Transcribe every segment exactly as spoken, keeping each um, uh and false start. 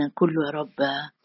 كله يا رب،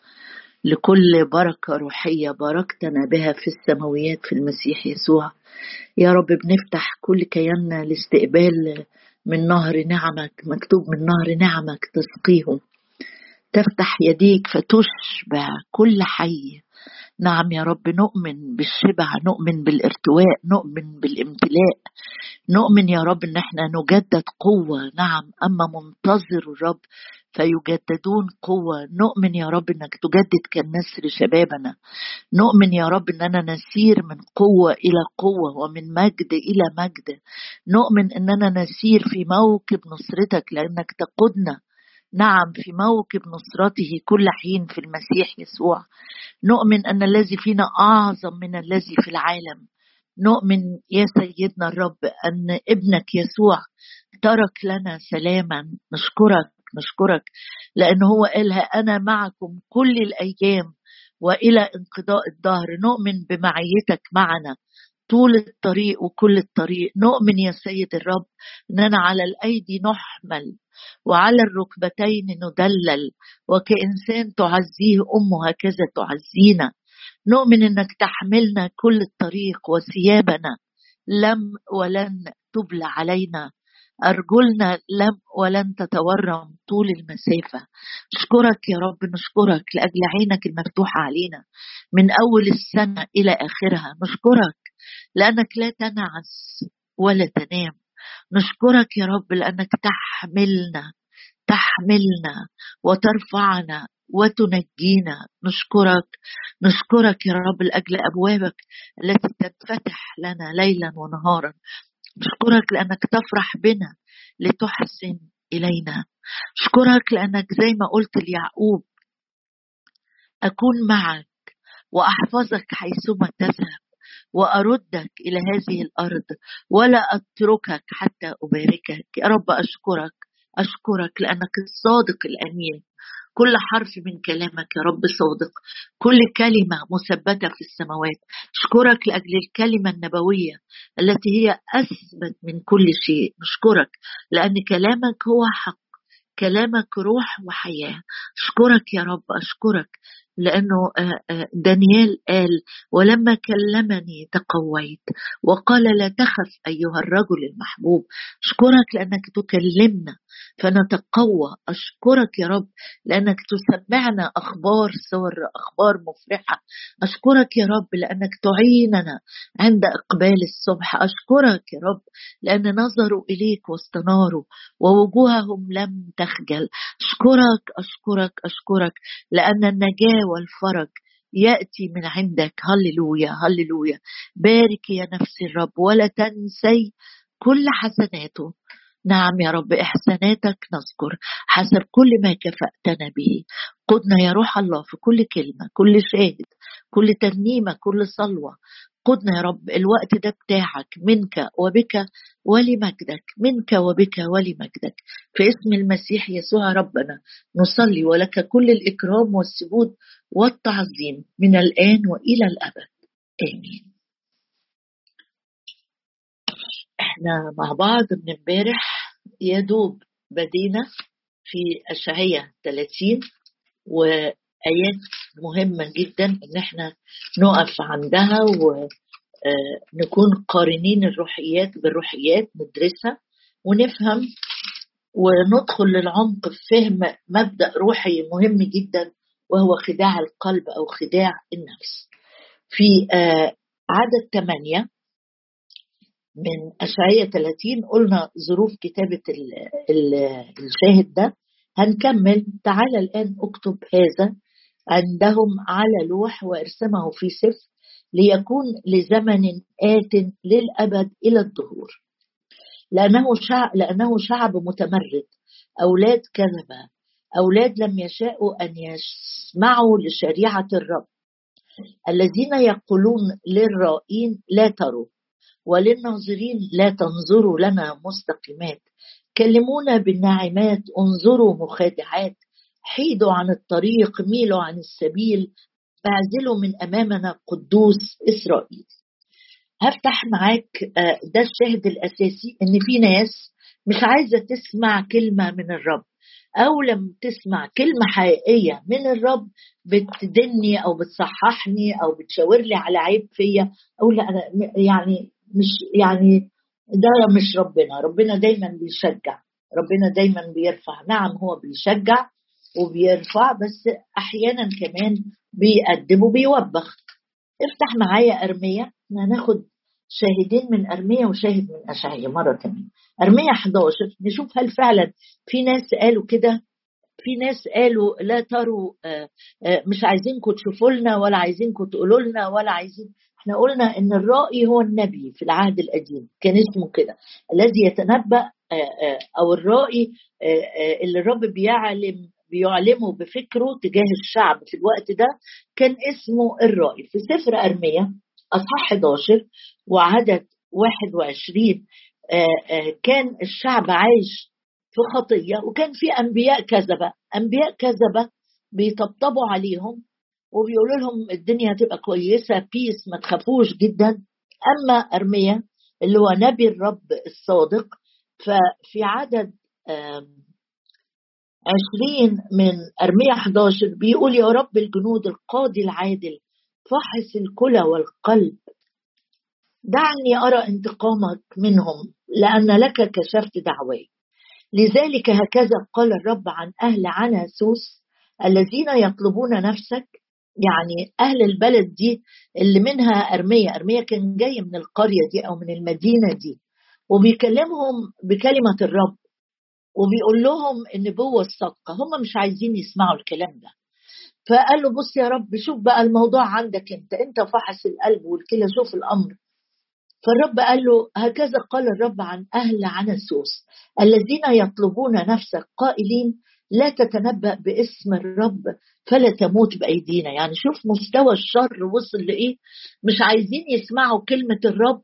لكل بركة روحية باركتنا بها في السماويات في المسيح يسوع. يا رب بنفتح كل كياننا لاستقبال من نهر نعمك، مكتوب من نهر نعمك تسقيهم، تفتح يديك فتشبع كل حي. نعم يا رب، نؤمن بالشبع، نؤمن بالارتواء، نؤمن بالامتلاء، نؤمن يا رب ان احنا نجدد قوة. نعم، اما منتظر الرب فيجددون قوة. نؤمن يا رب انك تجدد كالنسر شبابنا. نؤمن يا رب اننا نسير من قوة الى قوة ومن مجد الى مجد. نؤمن اننا نسير في موكب نصرتك لانك تقودنا. نعم، في موكب نصرته كل حين في المسيح يسوع. نؤمن ان الذي فينا اعظم من الذي في العالم. نؤمن يا سيدنا الرب أن ابنك يسوع ترك لنا سلاما. نشكرك نشكرك لأنه هو قالها أنا معكم كل الأيام وإلى انقضاء الدهر. نؤمن بمعيتك معنا طول الطريق وكل الطريق. نؤمن يا سيد الرب أننا على الأيدي نحمل وعلى الركبتين ندلل، وكإنسان تعزيه أمه هكذا تعزينا. نؤمن أنك تحملنا كل الطريق وثيابنا لم ولن تبلى علينا، أرجلنا لم ولن تتورم طول المسافة. نشكرك يا رب، نشكرك لأجل عينك المفتوحة علينا من أول السنة إلى آخرها. نشكرك لأنك لا تنعس ولا تنام. نشكرك يا رب لأنك تحملنا تحملنا وترفعنا وتنجينا. نشكرك نشكرك يا رب لأجل أبوابك التي تنفتح لنا ليلا ونهارا. نشكرك لأنك تفرح بنا لتحسن إلينا. نشكرك لأنك زي ما قلت ليعقوب أكون معك وأحفظك حيثما تذهب وأردك إلى هذه الأرض ولا أتركك حتى أباركك. يا رب أشكرك أشكرك لأنك الصادق الأمين. كل حرف من كلامك يا رب صادق، كل كلمة مثبتة في السماوات. أشكرك لأجل الكلمة النبوية التي هي أثبت من كل شيء. نشكرك لأن كلامك هو حق، كلامك روح وحياة. أشكرك يا رب أشكرك لأنه دانيال قال ولما كلمني تقويت وقال لا تخف أيها الرجل المحبوب. أشكرك لأنك تكلمنا فنتقوى. أشكرك يا رب لأنك تسمعنا أخبار سر، أخبار مفرحة. أشكرك يا رب لأنك تعيننا عند إقبال الصبح. أشكرك يا رب لأن نظروا إليك واستناروا ووجوههم لم تخجل. أشكرك أشكرك أشكرك لأن النجاة والفرج يأتي من عندك. هللويا هللويا. بارك يا نفس الرب ولا تنسي كل حسناته. نعم يا رب، إحساناتك نذكر حسب كل ما كفأتنا به. قدنا يا روح الله في كل كلمة، كل شاهد، كل ترنيمة، كل صلوة. قدنا يا رب، الوقت ده بتاعك، منك وبك ولمجدك، منك وبك ولمجدك. في اسم المسيح يسوع ربنا نصلي، ولك كل الإكرام والسجود والتعظيم من الآن وإلى الأبد. آمين. احنا مع بعض من امبارح يا دوب بدينا في أشعية ثلاثين، وآيات مهمة جدا ان احنا نقف عندها ونكون قارنين الروحيات بالروحيات، ندرسها ونفهم وندخل للعمق في فهم مبدأ روحي مهم جدا وهو خداع القلب أو خداع النفس. في عدد ثمانية من أشعية ثلاثين قلنا ظروف كتابة الشاهد ده. هنكمل. تعال الآن اكتب هذا عندهم على لوح وارسمه في سفر ليكون لزمن آت للأبد إلى الدهور، لأنه شعب, لأنه شعب متمرد، أولاد كذبة، أولاد لم يشاءوا أن يسمعوا لشريعة الرب، الذين يقولون للرائين لا تروا وللناظرين لا تنظروا لنا مستقيمات، كلمونا بالناعمات انظروا مخادعات، حيدوا عن الطريق ميلوا عن السبيل، اعزلوا من أمامنا قدوس إسرائيل. هفتح معاك ده الشاهد الأساسي، إن في ناس مش عايزة تسمع كلمة من الرب. أو لم تسمع كلمة حقيقية من الرب بتدني أو بتصححني أو بتشاور لي على عيب فيا، أو لا أنا يعني مش يعني ده مش ربنا. ربنا دايما بيشجع، ربنا دايما بيرفع. نعم هو بيشجع وبيرفع، بس أحيانا كمان بيقدم وبيوبخ. افتح معايا أرمية، هناخد شاهدين من أرمية وشاهد من أشعياء مرة تانية. أرمية إحدى عشر نشوف هل فعلا في ناس قالوا كده. في ناس قالوا لا تروا، مش عايزينكم تشوفوا لنا ولا عايزينكم تقولوا لنا ولا عايزين. احنا قلنا ان الرائي هو النبي في العهد القديم، كان اسمه كده الذي يتنبأ، او الرائي اللي الرب بيعلم بيعلمه بفكره تجاه الشعب في الوقت ده، كان اسمه الرائي. في سفر أرمية أصحاح إحدى عشر وعدد واحد وعشرين، كان الشعب عايش في خطية، وكان في أنبياء كذبة. أنبياء كذبة بيطبطبوا عليهم وبيقولوا لهم الدنيا هتبقى كويسة، بيس، ما تخافوش جدا. أما أرميا اللي هو نبي الرب الصادق، ففي عدد عشرين من أرميا إحدى عشر بيقول يا رب الجنود القاضي العادل فحص الكلى والقلب، دعني أرى انتقامك منهم لأن لك كشفت دعواي. لذلك هكذا قال الرب عن أهل عناسوس الذين يطلبون نفسك. يعني أهل البلد دي اللي منها أرميا. أرميا كان جاي من القرية دي أو من المدينة دي، وبيكلمهم بكلمة الرب وبيقول لهم النبوة الصادقة. هم مش عايزين يسمعوا الكلام ده. فقال له بص يا رب، شوف بقى الموضوع عندك انت انت فحص القلب والكلى، شوف الأمر. فالرب قال له هكذا قال الرب عن أهل عناسوس الذين يطلبون نفسك قائلين لا تتنبأ باسم الرب فلا تموت بأيدينا. يعني شوف مستوى الشر وصل لإيه. مش عايزين يسمعوا كلمة الرب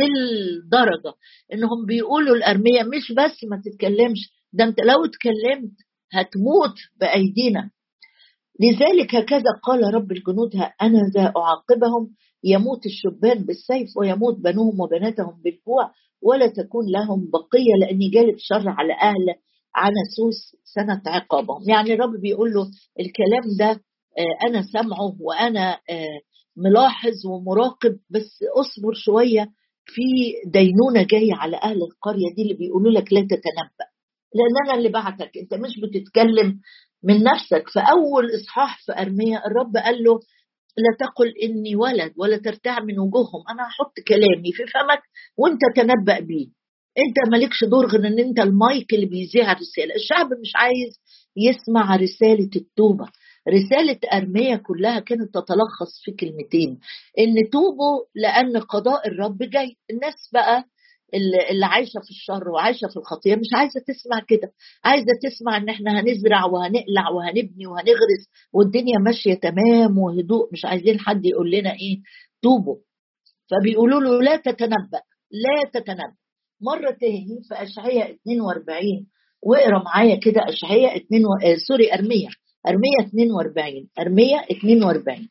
للدرجة إنهم بيقولوا الأرمية مش بس ما تتكلمش، ده أنت لو اتكلمت هتموت بأيدينا. لذلك هكذا قال رب الجنود ها أنا ذا أعاقبهم، يموت الشبان بالسيف ويموت بنوهم وبناتهم بالجوع ولا تكون لهم بقية، لأني جالب شر على أهل عناسوس سنة عقابهم. يعني الرب بيقول له الكلام ده أنا سمعه وأنا ملاحظ ومراقب، بس أصبر شوية، في دينونة جاية على أهل القرية دي اللي بيقولوا لك لا تتنبأ، لأن أنا اللي بعتك، أنت مش بتتكلم من نفسك. فأول إصحاح في أرميا الرب قال له لا تقل إني ولد ولا ترتع من وجوههم، أنا هحط كلامي في فمك وأنت تنبأ بيه. أنت مالكش دور غير أن أنت المايك اللي بيذيع الرسالة. الشعب مش عايز يسمع رسالة التوبة. رسالة أرميا كلها كانت تتلخص في كلمتين، إن توبوا لأن قضاء الرب جاي. الناس بقى اللي عايشة في الشر وعايشة في الخطية مش عايزة تسمع كده، عايزة تسمع ان احنا هنزرع وهنقلع وهنبني وهنغرس والدنيا ماشية تمام وهدوء. مش عايزين حد يقول لنا ايه توبوا. فبيقولوا له لا تتنبأ لا تتنبأ. مرة تاني في أشعياء اثنين وأربعين، واقرا معايا كده أشعياء اثنين و... آه سوري أرميا أرميا اثنين وأربعين أرميا اثنين وأربعين.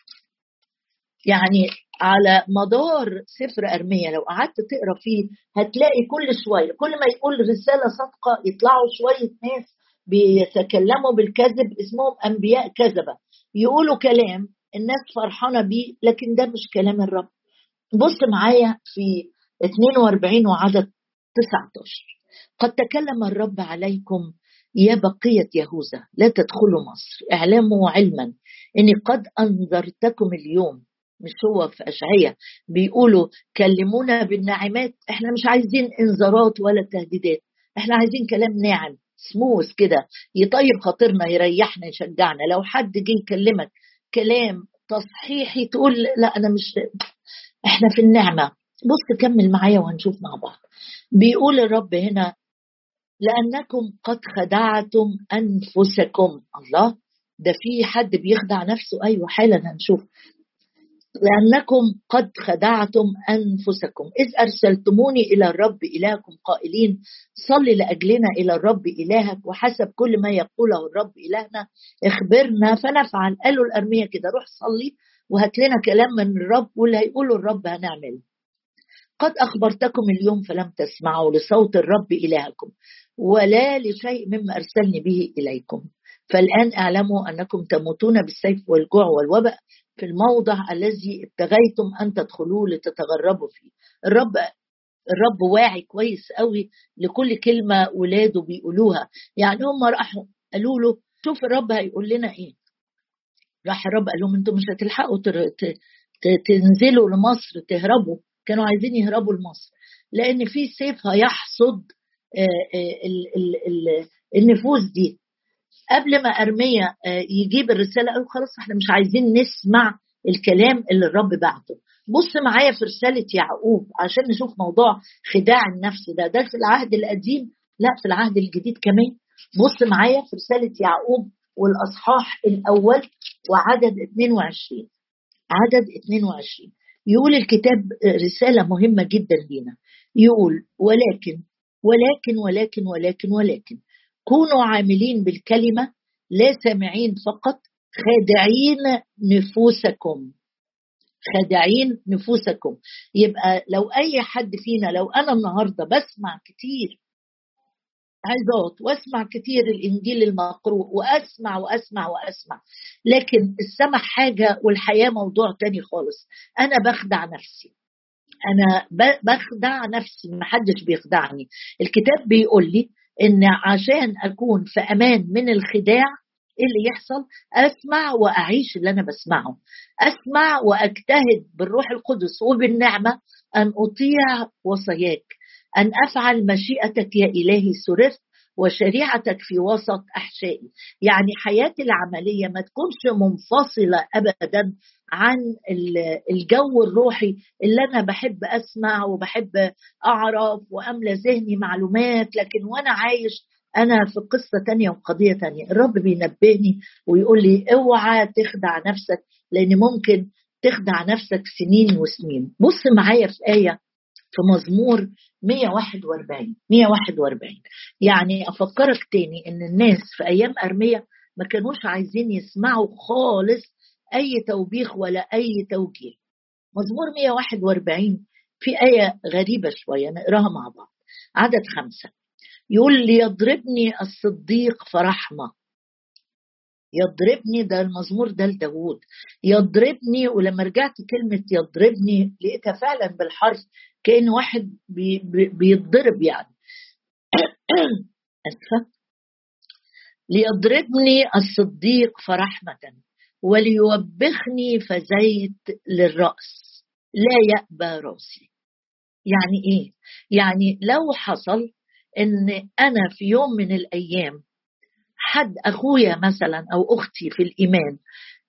يعني على مدار سفر أرميا لو قعدت تقرأ فيه هتلاقي كل شوية كل ما يقول رسالة صادقة يطلعوا شوية ناس بيتكلموا بالكذب اسمهم أنبياء كذبة، يقولوا كلام الناس فرحانة بيه لكن ده مش كلام الرب. بص معايا في اثنين وأربعين وعدد تسعة عشر. قد تكلم الرب عليكم يا بقية يهوذا لا تدخلوا مصر، اعلموا علما إني قد أنذرتكم اليوم. مش هو في أشعياء بيقولوا كلمونا بالناعمات؟ احنا مش عايزين انذارات ولا تهديدات، احنا عايزين كلام ناعم سموث كده يطيب خاطرنا يريحنا يشجعنا. لو حد جه يكلمك كلام تصحيحي تقول لا أنا مش، احنا في النعمة. بص كمل معايا وهنشوف مع بعض. بيقول الرب هنا لأنكم قد خدعتم أنفسكم. الله، ده في حد بيخدع نفسه؟ أيوة حالا هنشوف. لأنكم قد خدعتم أنفسكم إذ أرسلتموني إلى الرب إلهكم قائلين صل لأجلنا إلى الرب إلهك وحسب كل ما يقوله الرب إلهنا اخبرنا فنفعل. قالوا الأرمية كده روح صلي وهات لنا كلام من الرب واللي هيقوله الرب هنعمل. قد أخبرتكم اليوم فلم تسمعوا لصوت الرب إلهكم ولا لشيء مما أرسلني به إليكم، فالآن اعلموا أنكم تموتون بالسيف والجوع والوباء في الموضع الذي ابتغيتم أن تدخلوه لتتغربوا فيه. الرب الرب واعي كويس قوي لكل كلمة ولاده بيقولوها. يعني هم راحوا قالوا له شوف الرب هيقول لنا ايه. راح الرب قال لهم انتم مش هتلحقوا تنزلوا لمصر تهربوا. كانوا عايزين يهربوا لمصر لان في سيف هيحصد النفوس دي. قبل ما أرميا يجيب الرسالة قالوا خلاص احنا مش عايزين نسمع الكلام اللي الرب بعته. بص معايا في رسالة يعقوب عشان نشوف موضوع خداع النفس ده. ده في العهد القديم، لا في العهد الجديد كمان. بص معايا في رسالة يعقوب والأصحاح الأول وعدد اثنين وعشرين. عدد اثنين وعشرين يقول الكتاب رسالة مهمة جدا لينا. يقول ولكن ولكن ولكن ولكن ولكن كونوا عاملين بالكلمة لا سامعين فقط، خادعين نفوسكم. خادعين نفوسكم. يبقى لو أي حد فينا، لو أنا النهاردة بسمع كتير عظات واسمع كتير الإنجيل المقروء وأسمع وأسمع وأسمع، لكن السمع حاجة والحياة موضوع تاني خالص، أنا بخدع نفسي. أنا بخدع نفسي، محدش بيخدعني. الكتاب بيقول لي إن عشان أكون في أمان من الخداع إيه اللي يحصل؟ أسمع وأعيش اللي أنا بسمعه. أسمع وأجتهد بالروح القدس وبالنعمة أن أطيع وصاياك، أن أفعل مشيئتك يا إلهي سررت وشريعتك في وسط أحشائي. يعني حياتي العملية ما تكونش منفصلة أبدا عن الجو الروحي اللي أنا بحب أسمع وبحب أعرف وأملى ذهني معلومات، لكن وأنا عايش أنا في قصة تانية وقضية تانية. الرب بينبهني ويقول لي اوعى تخدع نفسك، لأن ممكن تخدع نفسك سنين وسنين. بص معايا في آية في مزمور مية وواحد وأربعين. مية وواحد وأربعين يعني أفكرك تاني إن الناس في أيام أرميا ما كانوش عايزين يسمعوا خالص أي توبيخ ولا أي توجيه. مزمور مية وواحد وأربعين في آية غريبة شوية نقراها مع بعض. عدد خمسة يقول ليضربني الصديق فرحمة. يضربني، ده المزمور ده لداود. يضربني، ولما رجعت كلمة يضربني لقيتها فعلا بالحرف كأن واحد بي بي بيضرب يعني. أسفة. ليضربني الصديق فرحمة وليوبخني فزيت للرأس لا يأبى راسي. يعني إيه؟ يعني لو حصل إن أنا في يوم من الأيام حد أخويا مثلا أو أختي في الإيمان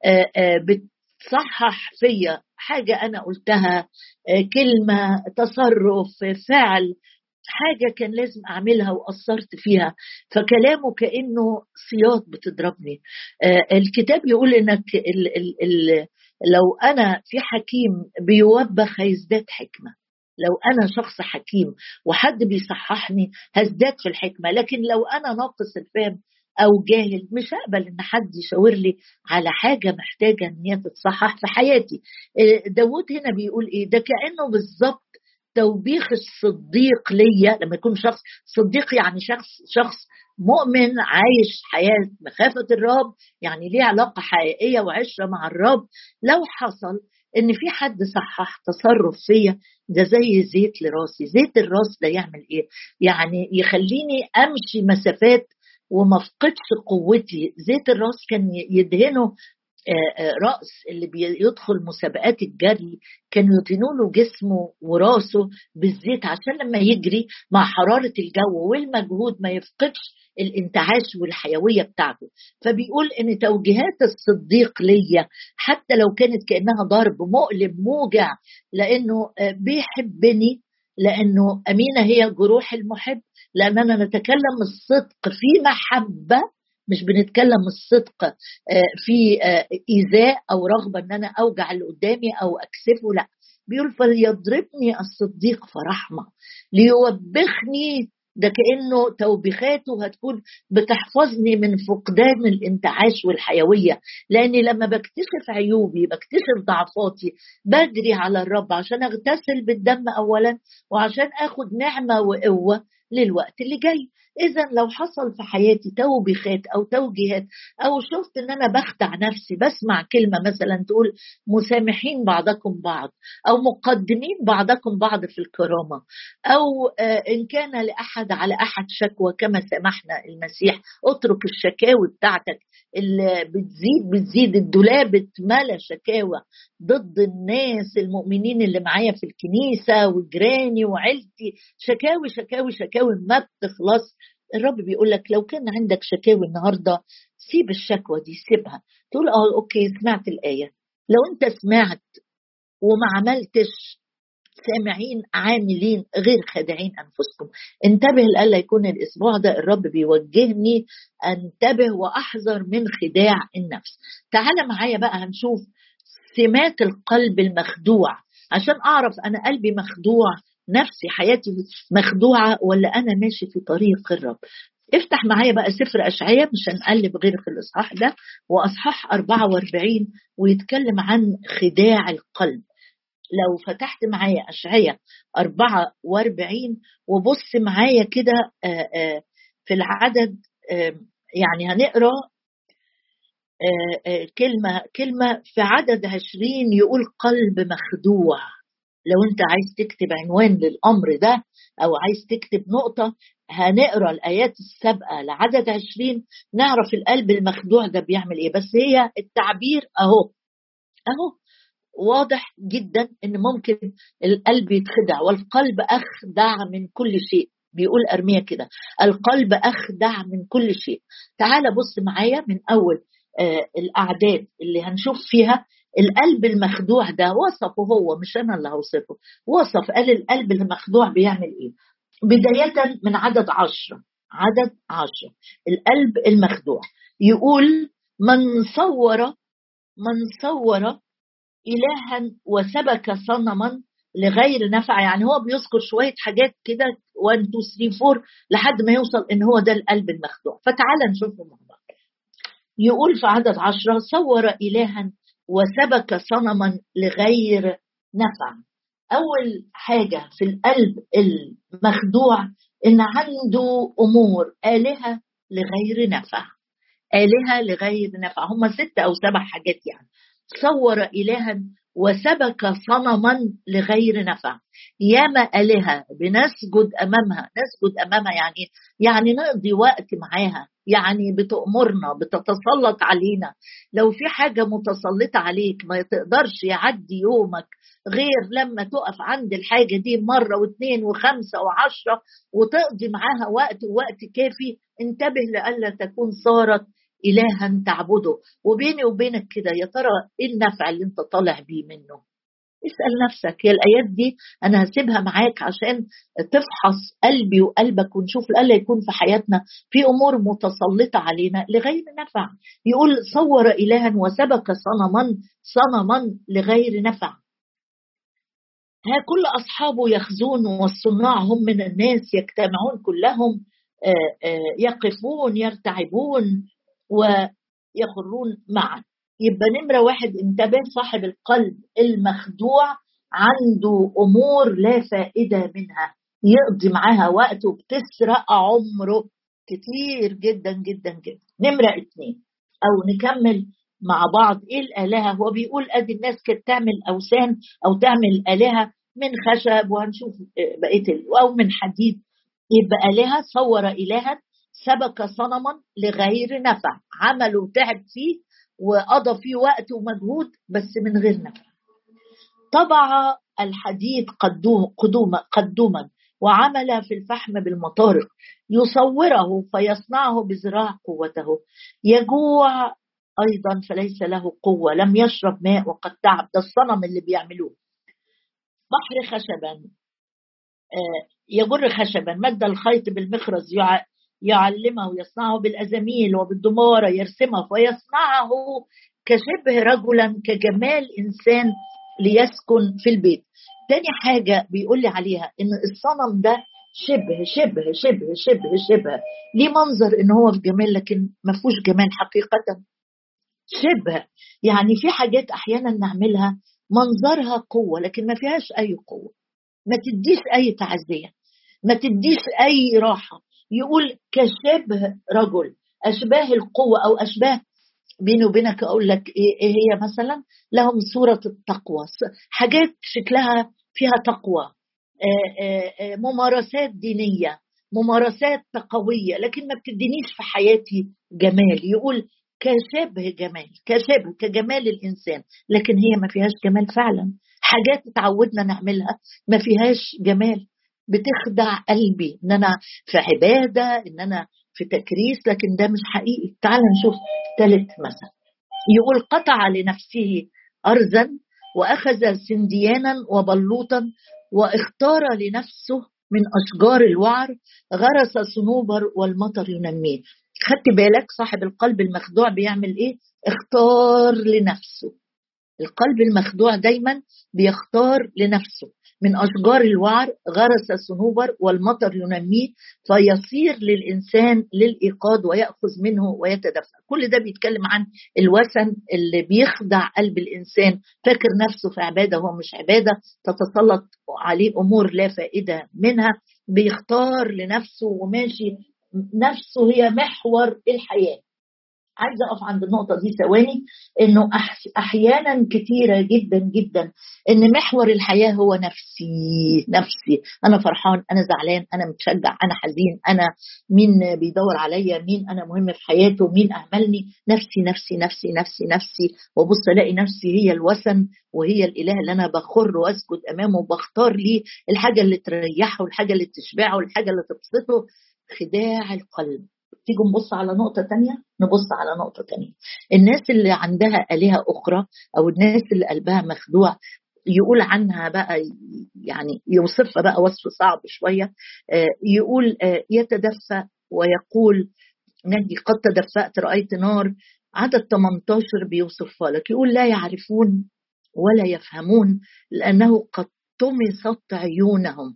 بتصحح فيا حاجة أنا قلتها، كلمة، تصرف، فعل، حاجة كان لازم أعملها وقصرت فيها، فكلامه كأنه سياط بتضربني. الكتاب يقول إنك ال ال ال لو أنا في حكيم بيوبخ هيزداد حكمة. لو أنا شخص حكيم وحد بيصححني هزداد في الحكمة، لكن لو أنا ناقص الفهم أو جاهل مش هقبل إن حد يشاور لي على حاجة محتاجة إن هي تتصحح في حياتي. داود هنا بيقول إيه؟ ده كأنه بالظبط توبيخ الصديق ليا. لما يكون شخص صديق يعني شخص شخص مؤمن عايش حياة مخافة الرب، يعني ليه علاقة حقيقية وعشرة مع الرب، لو حصل ان في حد صحح تصرف فيا ده زي زيت لراسي. زيت الراس ده يعمل ايه؟ يعني يخليني امشي مسافات وما افقدش قوتي. زيت الراس كان يدهنه رأس اللي بيدخل مسابقات الجري، كانوا يدهنوا له جسمه وراسه بالزيت عشان لما يجري مع حرارة الجو والمجهود ما يفقدش الانتعاش والحيوية بتاعته. فبيقول ان توجيهات الصديق ليا حتى لو كانت كأنها ضرب مؤلم موجع، لانه بيحبني، لانه امينة هي جروح المحب، لاننا نتكلم الصدق في محبة، مش بنتكلم الصدق في إيذاء أو رغبة أن أنا أوجع اللي قدامي أو أكسفه. لا، بيقول فليضربني الصديق فرحمة ليوبخني ده كأنه توبيخاته هتكون بتحفظني من فقدان الانتعاش والحيوية، لأني لما بكتشف عيوبي بكتشف ضعفاتي بجري على الرب عشان اغتسل بالدم أولا، وعشان اخد نعمة وقوة للوقت اللي جاي. إذا لو حصل في حياتي توبيخات أو توجيهات، أو شفت إن أنا بخدع نفسي بسمع كلمة مثلا تقول مسامحين بعضكم بعض، أو مقدمين بعضكم بعض في الكرامة، أو إن كان لأحد على أحد شكوى كما سمحنا المسيح، اترك الشكاوي بتاعتك اللي بتزيد بتزيد الدولاب اتملى شكاوى ضد الناس المؤمنين اللي معايا في الكنيسة وجيراني وعيلتي، شكاوي شكاوي شكاوي ما بتخلص. الرب بيقول لك لو كان عندك شكاوي النهاردة سيب الشكوى دي، سيبها. تقول اه اوكي سمعت الآية. لو انت سمعت وما عملتش، سامعين عاملين غير خادعين أنفسكم. انتبه لألا يكون الأسبوع ده الرب بيوجهني انتبه وأحذر من خداع النفس. تعال معايا بقى هنشوف سمات القلب المخدوع عشان أعرف أنا قلبي مخدوع، نفسي حياتي مخدوعة، ولا أنا ماشي في طريق الرب. افتح معايا بقى سفر أشعياء، مش هنقلب غير في الإصحاح ده، وأصحاح أربعة وأربعين، ويتكلم عن خداع القلب. لو فتحت معايا أشعياء أربعة وأربعين وبص معايا كده في العدد، يعني هنقرأ كلمة كلمة في عدد عشرين، يقول قلب مخدوع. لو انت عايز تكتب عنوان للأمر ده أو عايز تكتب نقطة، هنقرأ الآيات السابقة لعدد عشرين نعرف القلب المخدوع ده بيعمل ايه. بس هي التعبير اهو اهو واضح جدا ان ممكن القلب يتخدع، والقلب اخدع من كل شيء. بيقول أرميا كده القلب اخدع من كل شيء. تعال بص معايا من اول آه الاعداد اللي هنشوف فيها القلب المخدوع ده. وصفه هو، مش انا اللي هوصفه، وصف قال القلب المخدوع بيعمل ايه. بداية من عدد عشرة، عدد عشرة القلب المخدوع يقول من صور من صور إلها وسبك صنما لغير نفع. يعني هو بيذكر شوية حاجات كده واحد اتنين تلاتة أربعة لحد ما يوصل إن هو ده القلب المخدوع. فتعال نشوفه مع بعض. يقول في عدد عشرة صور إلها وسبك صنما لغير نفع. أول حاجة في القلب المخدوع إن عنده أمور آلهة لغير نفع، آلهة لغير نفع. هم ستة أو سبع حاجات يعني. صور إلها وسبك صنما لغير نفع. ياما آلهة بنسجد أمامها، نسجد أمامها يعني يعني نقضي وقت معاها، يعني بتأمرنا بتتسلط علينا. لو في حاجة متسلطة عليك ما تقدرش يعدي يومك غير لما تقف عند الحاجة دي مرة واثنين وخمسة وعشرة وتقضي معاها وقت ووقت كافي. انتبه لألا تكون صارت إلها تعبده. وبيني وبينك كده يا ترى إيه النفع اللي انت طالع بيه منه؟ اسأل نفسك. هي الآيات دي أنا هسيبها معاك عشان تفحص قلبي وقلبك ونشوف لألا يكون في حياتنا في أمور متسلطة علينا لغير نفع. يقول صور إلها وسبك صنما صنما لغير نفع. ها كل أصحابه يخزون والصناع هم من الناس يجتمعون كلهم يقفون يرتعبون ويخرون معا. يبقى نمرة واحد انتبه، صاحب القلب المخدوع عنده أمور لا فائدة منها يقضي معاها وقت وبتسرق عمره كتير جدا جدا جدا. نمرة اتنين أو نكمل مع بعض ايه الآلهة. هو بيقول ادي الناس كانت تعمل أوثان أو تعمل آلهة من خشب، وهنشوف بقية أو من حديد. يبقى آلهة صور إلها سبك صنما لغير نفع، عمل وتعب فيه وقضى فيه وقت ومجهود بس من غير نفع. طبع الحديد قدوما قدوما وعمل في الفحم بالمطارق، يصوره فيصنعه بذراع قوته. يجوع أيضا فليس له قوة، لم يشرب ماء وقد تعب. ده الصنم اللي بيعملوه. بحر خشبا يجر خشبا، مد الخيط بالمخرز يعلمه، يصنعه بالأزميل وبالدمارة يرسمه ويصنعه كشبه رجلا كجمال إنسان ليسكن في البيت. تاني حاجة بيقول لي عليها إن الصنم ده شبه شبه شبه شبه شبه ليه منظر ان هو في جمال، لكن ما فيهوش جمال حقيقة. شبه يعني في حاجات احيانا نعملها منظرها قوة لكن ما فيهاش اي قوة، ما تديش اي تعزية، ما تديش اي راحة. يقول كشبه رجل، اشباه القوة او اشباه. بيني وبينك اقول لك ايه, إيه هي مثلا؟ لهم صورة التقوى، حاجات شكلها فيها تقوى، آه، آه، آه، ممارسات دينية، ممارسات تقوية، لكن ما بتدينيش في حياتي جمال. يقول كشبه جمال، كشبه كجمال الإنسان، لكن هي ما فيهاش جمال فعلا. حاجات تعودنا نعملها ما فيهاش جمال، بتخدع قلبي ان انا في عبادة، ان انا في تكريس، لكن ده مش حقيقي. تعال نشوف ثالث مثلا. يقول قطع لنفسه أرزا وأخذ سنديانا وبلوطا واختار لنفسه من أشجار الوعر، غرس صنوبر والمطر ينميه. خدت بالك صاحب القلب المخدوع بيعمل إيه؟ اختار لنفسه. القلب المخدوع دايما بيختار لنفسه من أشجار الوعر، غرس الصنوبر والمطر ينميه، فيصير للإنسان للإيقاظ ويأخذ منه ويتدفى. كل ده بيتكلم عن الوثن اللي بيخدع قلب الإنسان، فاكر نفسه في عبادة هو مش عبادة، تتسلط عليه أمور لا فائدة منها. بيختار لنفسه وماشي، نفسه هي محور الحياة. عايزه اقف عند النقطه دي ثواني، انه احيانا كتيره جدا جدا ان محور الحياه هو نفسي. نفسي انا فرحان، انا زعلان، انا متشجع، انا حزين، انا مين بيدور عليا، مين انا مهم في حياته، مين اهملني. نفسي نفسي نفسي نفسي نفسي، وبص الاقي نفسي هي الوثن وهي الاله اللي انا بخر واسجد امامه وبختار ليه الحاجه اللي تريحه والحاجه اللي تشبعه والحاجه اللي تبسطه. خداع القلب. تيجوا نبص على نقطة تانية، نبص على نقطة تانية. الناس اللي عندها آلهة أخرى أو الناس اللي قلبها مخدوع، يقول عنها بقى، يعني يوصفها بقى وصف صعب شوية. يقول يتدفى ويقول نجي قد تدفأت رأيت نار. عدد ثمانية عشر بيوصفها لك، يقول لا يعرفون ولا يفهمون لأنه قد طمست عيونهم.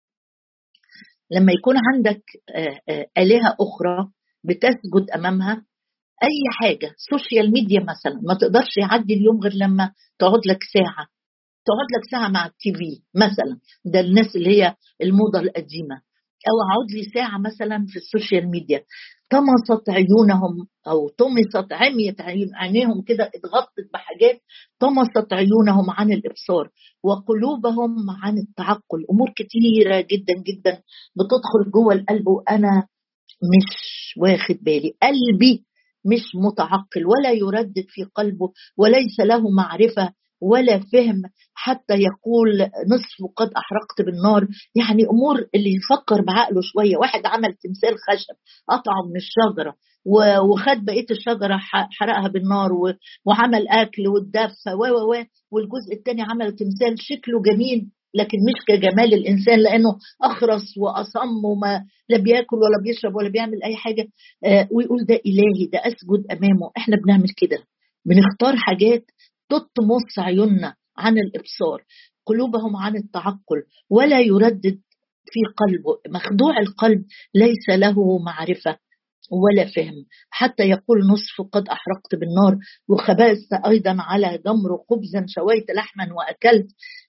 لما يكون عندك آلهة أخرى بتسجد أمامها، أي حاجة سوشيال ميديا مثلا ما تقدرش يعدي اليوم غير لما تقعد لك ساعة، تقعد لك ساعة مع التي في مثلا، ده الناس اللي هي الموضة القديمة، أو أقعد لي ساعة مثلا في السوشيال ميديا. طمست عيونهم أو طمست، عميت عينيهم كده، اتغطت بحاجات. طمست عيونهم عن الإبصار وقلوبهم عن التعقل. أمور كتيرة جدا جدا بتدخل جوه القلب وأنا مش واخد بالي. قلبي مش متعقل ولا يردد في قلبه وليس له معرفة ولا فهم، حتى يقول نصف قد أحرقت بالنار. يعني أمور اللي يفكر بعقله شوية. واحد عمل تمثال خشب قطعه من الشجرة وخد بقية الشجرة حرقها بالنار وعمل أكل والدفة و و والجزء الثاني عمل تمثال شكله جميل لكن مش كجمال الإنسان، لأنه أخرس وأصم وما لا بياكل ولا بيشرب ولا بيعمل أي حاجة. آه ويقول ده إلهي، ده أسجد أمامه. إحنا بنعمل كده، بنختار حاجات تطمس عيوننا عن الإبصار، قلوبهم عن التعقل، ولا يردد في قلبه. مخدوع القلب ليس له معرفة ولا فهم، حتى يقول نصف قد أحرقت بالنار وخبزت أيضا على جمر خبزا شويت لحما وأكلت.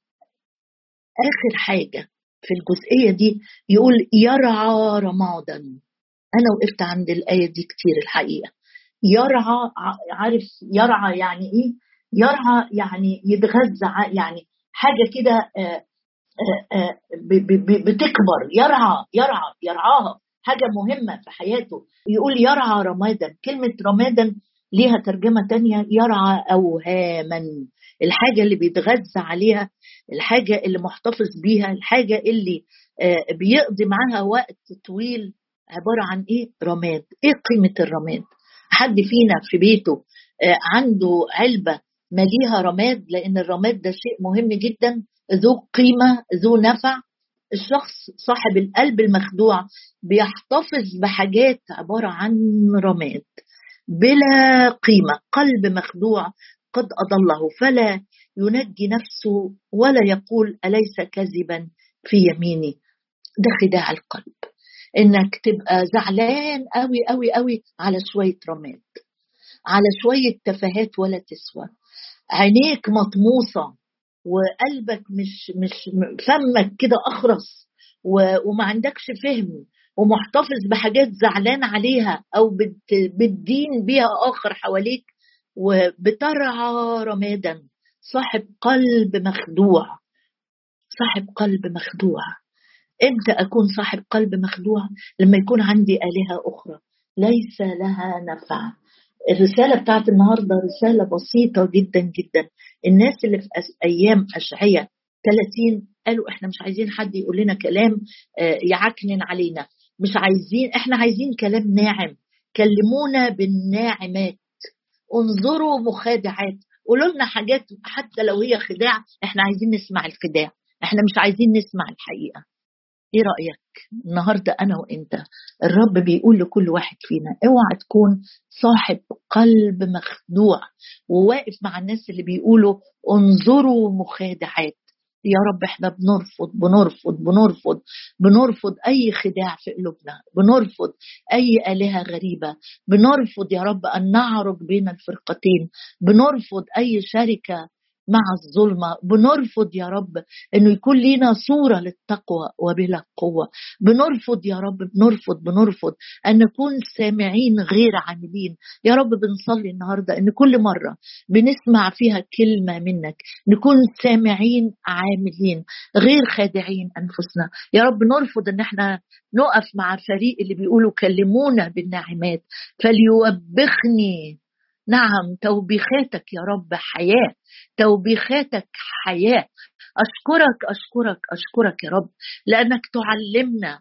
آخر حاجة في الجزئية دي يقول يرعى رمادا. أنا وقفت عند الآية دي كتير الحقيقة. يرعى، عارف يرعى يعني إيه؟ يرعى يعني يتغذى، يعني حاجة كده بتكبر. يرعى يرعى يرعاها، حاجة مهمة في حياته. يقول يرعى رمادا. كلمة رمادا ليها ترجمة تانية، يرعى أوهاما. الحاجة اللي بيتغذى عليها، الحاجة اللي محتفظ بيها، الحاجة اللي بيقضي معاها وقت طويل، عبارة عن إيه؟ رماد. إيه قيمة الرماد؟ حد فينا في بيته عنده علبة مليها رماد؟ لأن الرماد ده شيء مهم جدا، ذو قيمة، ذو نفع. الشخص صاحب القلب المخدوع بيحتفظ بحاجات عبارة عن رماد بلا قيمة. قلب مخدوع قد أضله فلا ينجي نفسه ولا يقول أليس كذبا في يميني. ده خداع القلب، انك تبقى زعلان قوي قوي قوي على شوية رماد، على شوية تفاهات ولا تسوى، عينيك مطموسة وقلبك مش مش فمك كده أخرس، وما عندكش فهم، ومحتفظ بحاجات زعلان عليها أو بتدين بيها آخر حواليك، وبترعى رمادا. صاحب قلب مخدوع، صاحب قلب مخدوع. امتى أكون صاحب قلب مخدوع؟ لما يكون عندي آلهة أخرى ليس لها نفع. الرسالة بتاعت النهاردة رسالة بسيطة جدا جدا. الناس اللي في أيام أشعياء ثلاثين قالوا احنا مش عايزين حد يقول لنا كلام يعكنن علينا، مش عايزين، احنا عايزين كلام ناعم، كلمونا بالناعمات، انظروا مخادعات، قولوا لنا حاجات حتى لو هي خداع، احنا عايزين نسمع الخداع، احنا مش عايزين نسمع الحقيقة. ايه رأيك النهاردة انا وانت؟ الرب بيقول لكل واحد فينا اوعى تكون صاحب قلب مخدوع وواقف مع الناس اللي بيقولوا انظروا مخادعات. يا رب احنا بنرفض بنرفض بنرفض بنرفض اي خداع في قلوبنا، بنرفض اي آلهة غريبة، بنرفض يا رب ان نعرج بين الفرقتين، بنرفض اي شركة مع الظلمة، بنرفض يا رب انه يكون لنا صورة للتقوى وبلا قوة، بنرفض يا رب، بنرفض بنرفض ان نكون سامعين غير عاملين. يا رب بنصلي النهاردة ان كل مرة بنسمع فيها كلمة منك نكون سامعين عاملين غير خادعين انفسنا. يا رب نرفض ان احنا نقف مع فريق اللي بيقولوا كلمونا بالناعمات فليوبخني. نعم، توبيخاتك يا رب حياة، توبيخاتك حياة. أشكرك أشكرك أشكرك يا رب لأنك تعلمنا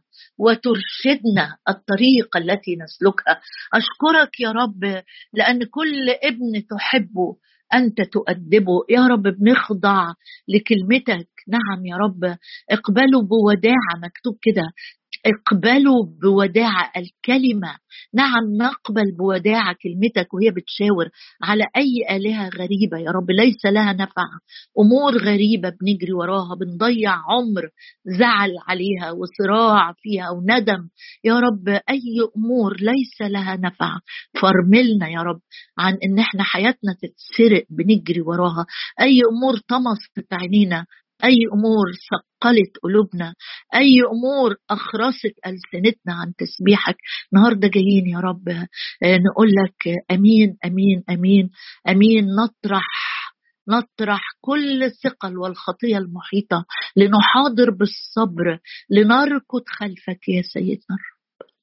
وترشدنا الطريقة التي نسلكها. أشكرك يا رب لأن كل ابن تحبه أنت تؤدبه. يا رب بنخضع لكلمتك. نعم يا رب، اقبلوا بوداعة، مكتوب كده اقبلوا بوداعة الكلمة. نعم نقبل بوداعة كلمتك وهي بتشاور على أي آلهة غريبة يا رب ليس لها نفع، أمور غريبة بنجري وراها، بنضيع عمر زعل عليها وصراع فيها وندم. يا رب أي أمور ليس لها نفع فرملنا يا رب عن إن احنا حياتنا تتسرق بنجري وراها. أي أمور طمست عينينا، أي أمور ثقلت قلوبنا، أي أمور أخرست ألسنتنا عن تسبيحك، النهاردة جايين يا رب نقول لك أمين أمين أمين أمين. نطرح نطرح كل الثقل والخطية المحيطة، لنحاضر بالصبر، لنركض خلفك يا سيدنا.